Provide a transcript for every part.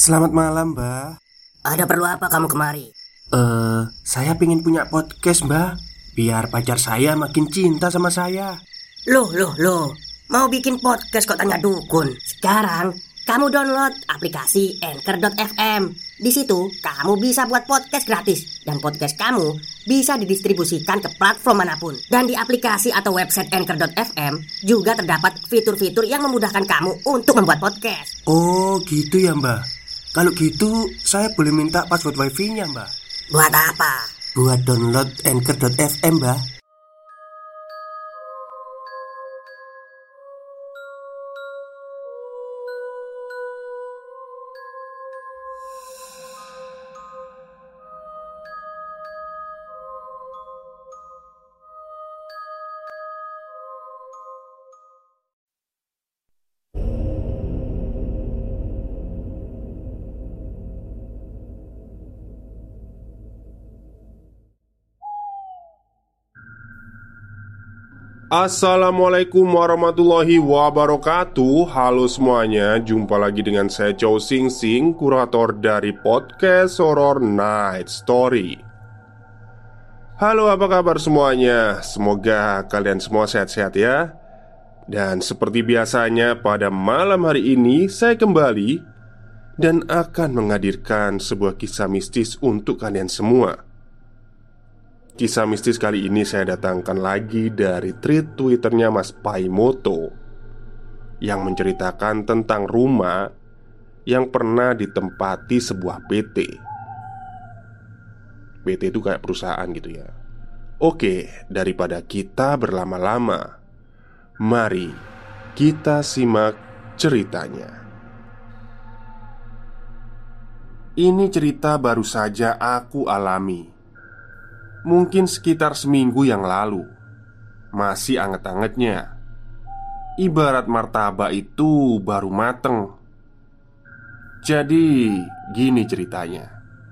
Selamat malam, Mbak. Ada perlu apa kamu kemari? Saya pengen punya podcast, Mbak. Biar pacar saya makin cinta sama saya. Loh, mau bikin podcast kok tanya dukun? Sekarang kamu download aplikasi Anchor.fm. Di situ kamu bisa buat podcast gratis. Dan podcast kamu bisa didistribusikan ke platform manapun. Dan di aplikasi atau website Anchor.fm juga terdapat fitur-fitur yang memudahkan kamu untuk membuat podcast. Oh, gitu ya, Mbak. Kalau gitu, saya boleh minta password wifi-nya, Mbak. Buat apa? Buat download Anchor.fm, Mbak. Assalamualaikum warahmatullahi wabarakatuh. Halo semuanya, jumpa lagi dengan saya Chow Sing Sing, kurator dari podcast Horror Night Story. Halo, apa kabar semuanya? Semoga kalian semua sehat-sehat ya. Dan seperti biasanya pada malam hari ini saya kembali dan akan menghadirkan sebuah kisah mistis untuk kalian semua. Kisah mistis kali ini saya datangkan lagi dari tweet Twitternya Mas Paimoto yang menceritakan tentang rumah yang pernah ditempati sebuah PT. PT itu kayak perusahaan gitu ya. Oke, daripada kita berlama-lama, mari kita simak ceritanya. Ini cerita baru saja aku alami. Mungkin sekitar seminggu yang lalu. Masih anget-angetnya. Ibarat martabak itu baru mateng. Jadi gini ceritanya.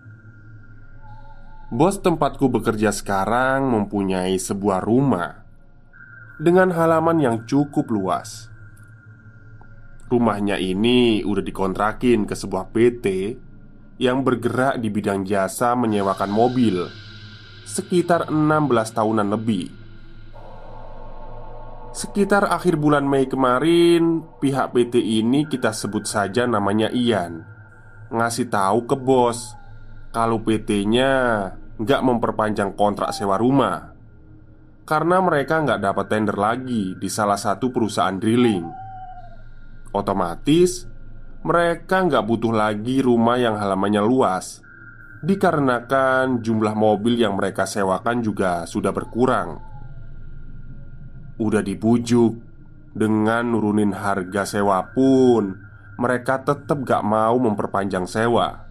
Bos tempatku bekerja sekarang mempunyai sebuah rumah dengan halaman yang cukup luas. Rumahnya ini udah dikontrakin ke sebuah PT yang bergerak di bidang jasa menyewakan mobil sekitar 16 tahunan lebih. Sekitar akhir bulan Mei kemarin, pihak PT ini, kita sebut saja namanya Ian, ngasih tahu ke bos kalau PT-nya nggak memperpanjang kontrak sewa rumah karena mereka nggak dapat tender lagi di salah satu perusahaan drilling. Otomatis mereka nggak butuh lagi rumah yang halamannya luas, dikarenakan jumlah mobil yang mereka sewakan juga sudah berkurang. Udah dibujuk dengan nurunin harga sewa pun mereka tetap gak mau memperpanjang sewa.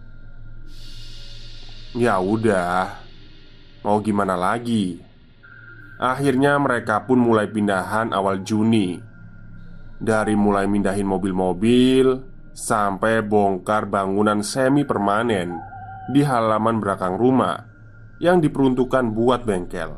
Ya udah, mau gimana lagi? Akhirnya mereka pun mulai pindahan awal Juni. Dari mulai mindahin mobil-mobil sampai bongkar bangunan semi permanen di halaman belakang rumah yang diperuntukkan buat bengkel.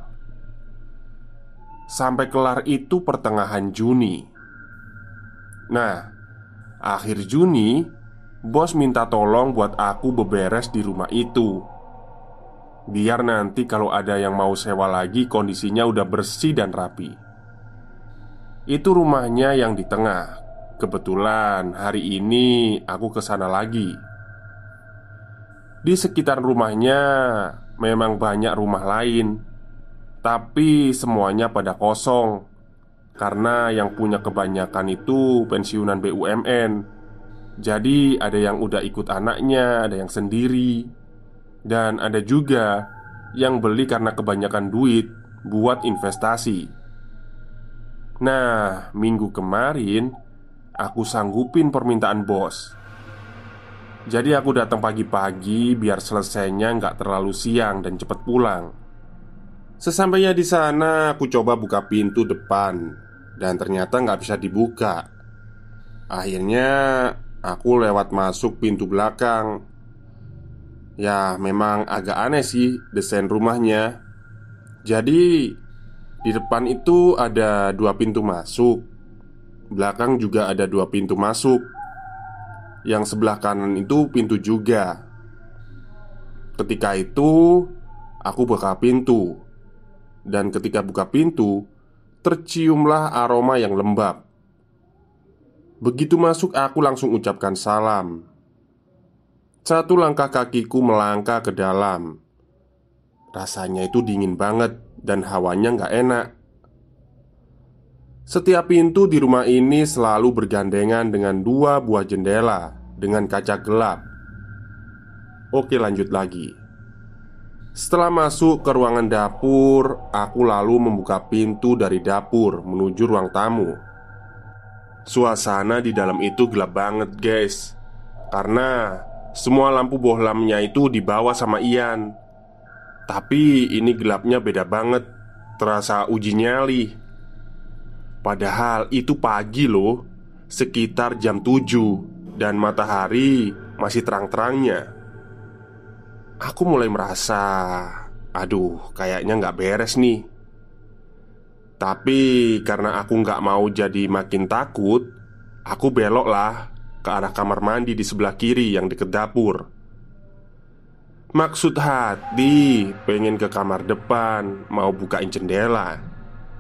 Sampai kelar itu pertengahan Juni. Nah, akhir Juni, bos minta tolong buat aku beberes di rumah itu, biar nanti kalau ada yang mau sewa lagi kondisinya udah bersih dan rapi. Itu rumahnya yang di tengah. Kebetulan hari ini aku kesana lagi. Di sekitar rumahnya memang banyak rumah lain, tapi semuanya pada kosong karena yang punya kebanyakan itu pensiunan BUMN. Jadi ada yang udah ikut anaknya, ada yang sendiri, dan ada juga yang beli karena kebanyakan duit buat investasi. Nah, minggu kemarin aku sanggupin permintaan bos. Jadi aku datang pagi-pagi biar selesainya nggak terlalu siang dan cepet pulang. Sesampainya di sana, aku coba buka pintu depan dan ternyata nggak bisa dibuka. Akhirnya aku lewat masuk pintu belakang. Ya memang agak aneh sih desain rumahnya. Jadi di depan itu ada 2 pintu masuk, belakang juga ada 2 pintu masuk. Yang sebelah kanan itu pintu juga. Ketika itu aku buka pintu. Dan ketika buka pintu, terciumlah aroma yang lembab. Begitu masuk aku langsung ucapkan salam. Satu langkah kakiku melangkah ke dalam. Rasanya itu dingin banget dan hawanya gak enak. Setiap pintu di rumah ini selalu bergandengan dengan 2 buah jendela dengan kaca gelap. Oke, lanjut lagi. Setelah masuk ke ruangan dapur, aku lalu membuka pintu dari dapur menuju ruang tamu. Suasana di dalam itu gelap banget, guys. Karena semua lampu bohlamnya itu dibawa sama Ian. Tapi ini gelapnya beda banget. Terasa uji nyali. Padahal itu pagi loh, sekitar jam 7, dan matahari masih terang-terangnya. Aku mulai merasa, aduh, kayaknya gak beres nih. Tapi karena aku gak mau jadi makin takut, aku belok lah ke arah kamar mandi di sebelah kiri yang deket dapur. Maksud hati pengen ke kamar depan, mau bukain jendela.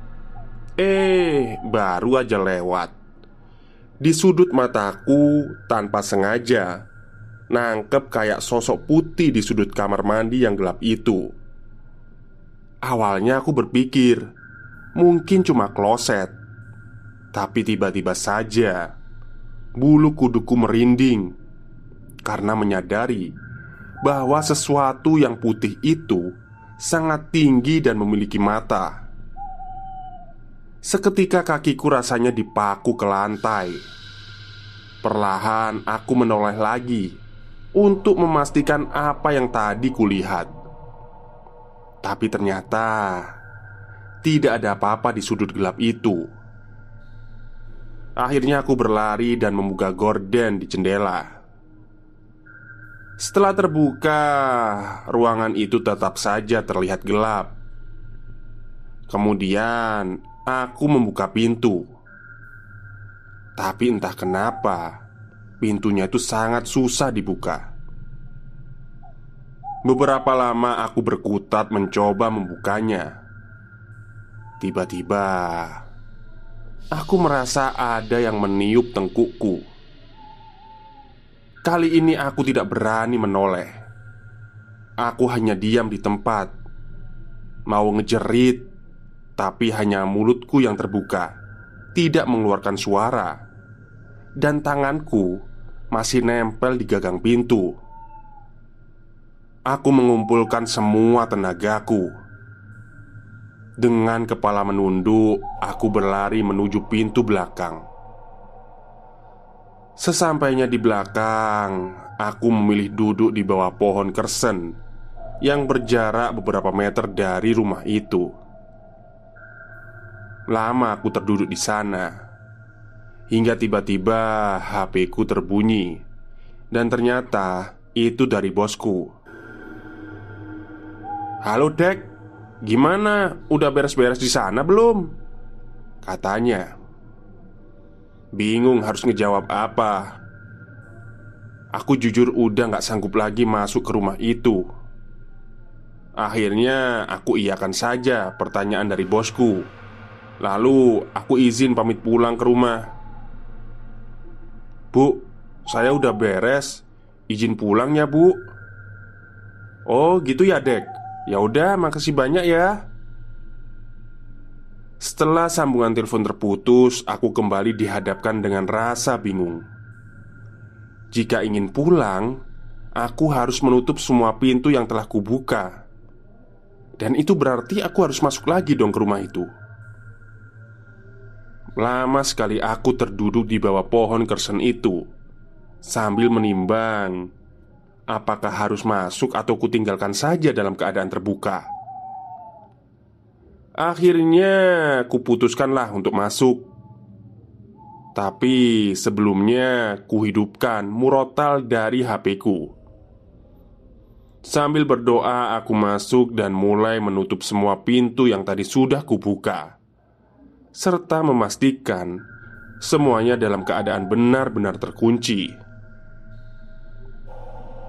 Baru aja lewat, di sudut mataku tanpa sengaja nangkep kayak sosok putih di sudut kamar mandi yang gelap itu. Awalnya aku berpikir mungkin cuma kloset. Tapi tiba-tiba saja bulu kuduku merinding karena menyadari bahwa sesuatu yang putih itu sangat tinggi dan memiliki mata. Seketika kakiku rasanya dipaku ke lantai. Perlahan aku menoleh lagi untuk memastikan apa yang tadi kulihat. Tapi ternyata tidak ada apa-apa di sudut gelap itu. Akhirnya aku berlari dan membuka gorden di jendela. Setelah terbuka, ruangan itu tetap saja terlihat gelap. Kemudian aku membuka pintu. Tapi entah kenapa pintunya itu sangat susah dibuka. Beberapa lama aku berkutat mencoba membukanya. Tiba-tiba aku merasa ada yang meniup tengkukku. Kali ini aku tidak berani menoleh. Aku hanya diam di tempat. Mau ngejerit, tapi hanya mulutku yang terbuka, tidak mengeluarkan suara. Dan tanganku masih nempel di gagang pintu. Aku mengumpulkan semua tenagaku. Dengan kepala menunduk, aku berlari menuju pintu belakang. Sesampainya di belakang, aku memilih duduk di bawah pohon kersen yang berjarak beberapa meter dari rumah itu. Lama aku terduduk di sana, hingga tiba-tiba HP-ku terbunyi. Dan ternyata itu dari bosku. "Halo Dek, gimana? Udah beres-beres di sana belum?" katanya. Bingung harus ngejawab apa. Aku jujur udah gak sanggup lagi masuk ke rumah itu. Akhirnya aku iyakan saja pertanyaan dari bosku. Lalu aku izin pamit pulang ke rumah. "Bu, saya udah beres. Izin pulang ya, Bu." "Oh gitu ya, Dek. Ya udah, makasih banyak ya." Setelah sambungan telepon terputus, aku kembali dihadapkan dengan rasa bingung. Jika ingin pulang, aku harus menutup semua pintu yang telah kubuka. Dan itu berarti aku harus masuk lagi dong ke rumah itu. Lama sekali aku terduduk di bawah pohon kersen itu, sambil menimbang apakah harus masuk atau kutinggalkan saja dalam keadaan terbuka. Akhirnya kuputuskanlah untuk masuk. Tapi sebelumnya kuhidupkan murotal dari HP-ku. Sambil berdoa aku masuk dan mulai menutup semua pintu yang tadi sudah kubuka, serta memastikan semuanya dalam keadaan benar-benar terkunci.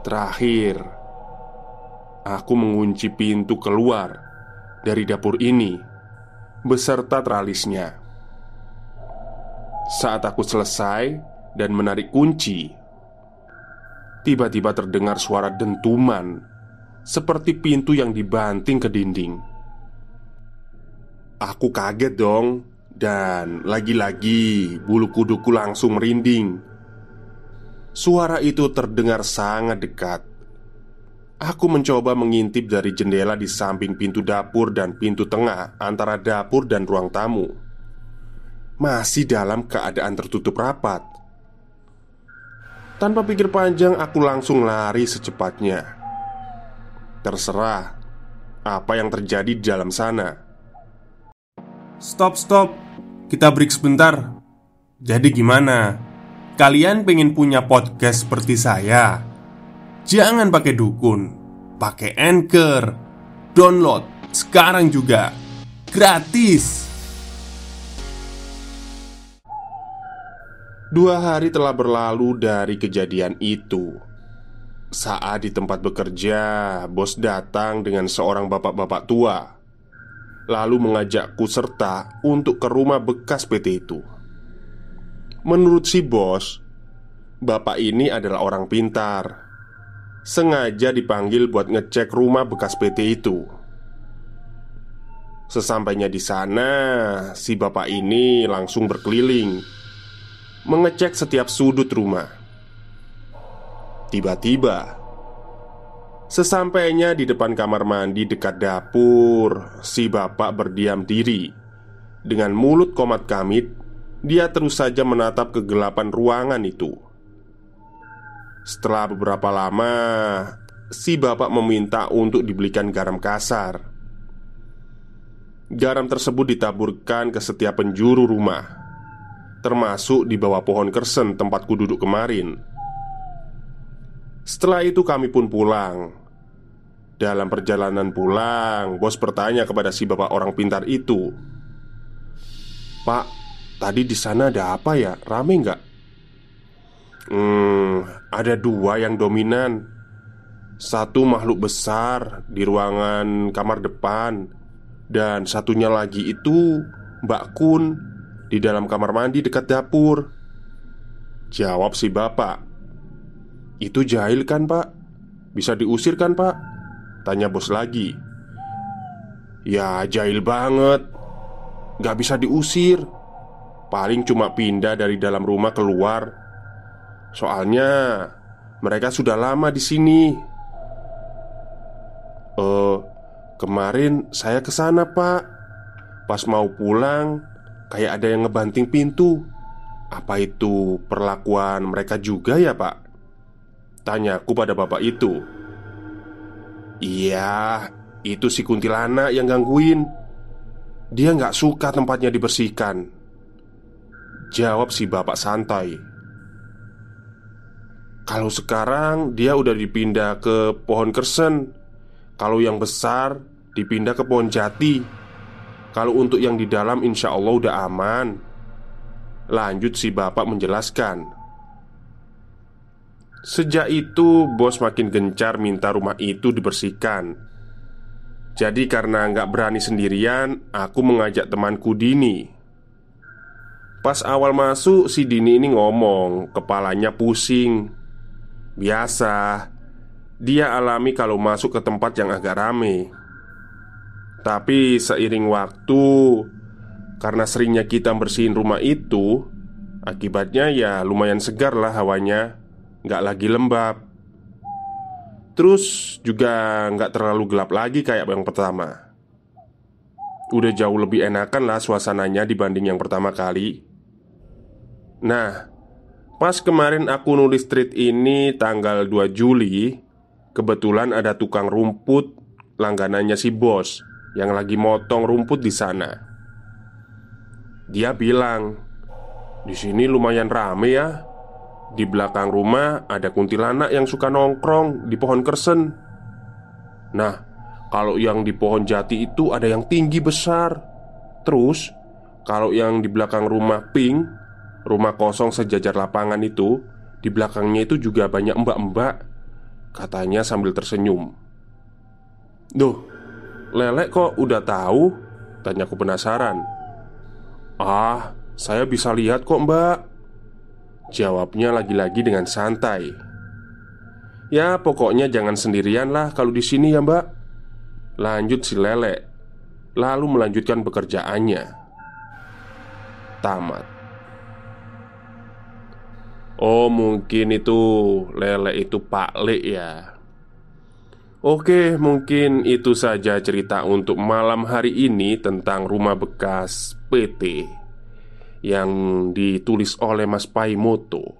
Terakhir, aku mengunci pintu keluar dari dapur ini beserta tralisnya. Saat aku selesai dan menarik kunci, tiba-tiba terdengar suara dentuman seperti pintu yang dibanting ke dinding. Aku kaget dong, dan lagi-lagi bulu kuduku langsung merinding. Suara itu terdengar sangat dekat. Aku mencoba mengintip dari jendela di samping pintu dapur dan pintu tengah antara dapur dan ruang tamu. Masih dalam keadaan tertutup rapat. Tanpa pikir panjang, aku langsung lari secepatnya. Terserah apa yang terjadi di dalam sana. Stop, kita break sebentar. Jadi gimana? Kalian pengen punya podcast seperti saya? Jangan pakai dukun, pakai Anchor. Download sekarang juga, gratis. 2 hari telah berlalu dari kejadian itu. Saat di tempat bekerja, bos datang dengan seorang bapak-bapak tua, lalu mengajakku serta untuk ke rumah bekas PT itu. Menurut si bos, bapak ini adalah orang pintar. Sengaja dipanggil buat ngecek rumah bekas PT itu. Sesampainya di sana, si bapak ini langsung berkeliling mengecek setiap sudut rumah. Tiba-tiba, sesampainya di depan kamar mandi dekat dapur, si bapak berdiam diri. Dengan mulut komat kamit, dia terus saja menatap kegelapan ruangan itu. Setelah beberapa lama, si bapak meminta untuk dibelikan garam kasar. Garam tersebut ditaburkan ke setiap penjuru rumah, termasuk di bawah pohon kersen tempatku duduk kemarin. Setelah itu kami pun pulang. Dalam perjalanan pulang, bos bertanya kepada si bapak orang pintar itu, "Pak, tadi di sana ada apa ya? Rame nggak?" Ada 2 yang dominan. Satu makhluk besar di ruangan kamar depan, dan satunya lagi itu Mbak Kun di dalam kamar mandi dekat dapur, jawab si bapak. "Itu jahil kan, Pak? Bisa diusir kan, Pak?" tanya bos lagi. "Ya jahil banget. Gak bisa diusir. Paling cuma pindah dari dalam rumah keluar. Soalnya mereka sudah lama di sini." Kemarin saya ke sana, Pak. Pas mau pulang, kayak ada yang ngebanting pintu. Apa itu perlakuan mereka juga ya, Pak?" tanyaku pada bapak itu. "Iya, itu si kuntilanak yang gangguin. Dia nggak suka tempatnya dibersihkan," jawab si bapak santai. "Kalau sekarang dia udah dipindah ke pohon kersen. Kalau yang besar dipindah ke pohon jati. Kalau untuk yang di dalam insya Allah udah aman," lanjut si bapak menjelaskan. Sejak itu bos makin gencar minta rumah itu dibersihkan. Jadi karena nggak berani sendirian, aku mengajak temanku Dini. Pas awal masuk, si Dini ini ngomong kepalanya pusing. Biasa, dia alami kalau masuk ke tempat yang agak rame. Tapi seiring waktu, karena seringnya kita bersihin rumah itu, akibatnya ya lumayan segar lah hawanya. Nggak lagi lembab. Terus juga nggak terlalu gelap lagi kayak yang pertama. Udah jauh lebih enakan lah suasananya dibanding yang pertama kali. Nah, pas kemarin aku nulis tweet ini tanggal 2 Juli, kebetulan ada tukang rumput langganannya si bos yang lagi motong rumput di sana. Dia bilang, "Di sini lumayan rame ya. Di belakang rumah ada kuntilanak yang suka nongkrong di pohon kersen. Nah, kalau yang di pohon jati itu ada yang tinggi besar. Terus, kalau yang di belakang rumah pink, rumah kosong sejajar lapangan itu, di belakangnya itu juga banyak mbak-mbak. katanya sambil tersenyum. "Duh, Lelek kok udah tahu?" tanyaku penasaran. "Ah, saya bisa lihat kok, Mbak," jawabnya lagi-lagi dengan santai. "Ya, pokoknya jangan sendirian lah kalau di sini ya, Mbak," lanjut si Lelek, lalu melanjutkan pekerjaannya. Tamat. Oh, mungkin itu Lelek itu Pak Le ya. Oke, mungkin itu saja cerita untuk malam hari ini tentang rumah bekas PT yang ditulis oleh Mas Paimoto.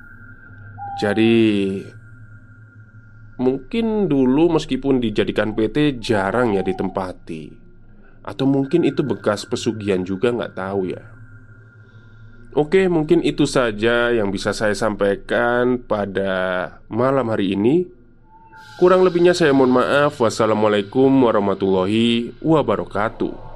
Jadi mungkin dulu meskipun dijadikan PT jarang ya ditempati. Atau mungkin itu bekas pesugihan juga, nggak tahu ya. Oke, mungkin itu saja yang bisa saya sampaikan pada malam hari ini. Kurang lebihnya saya mohon maaf. Wassalamualaikum warahmatullahi wabarakatuh.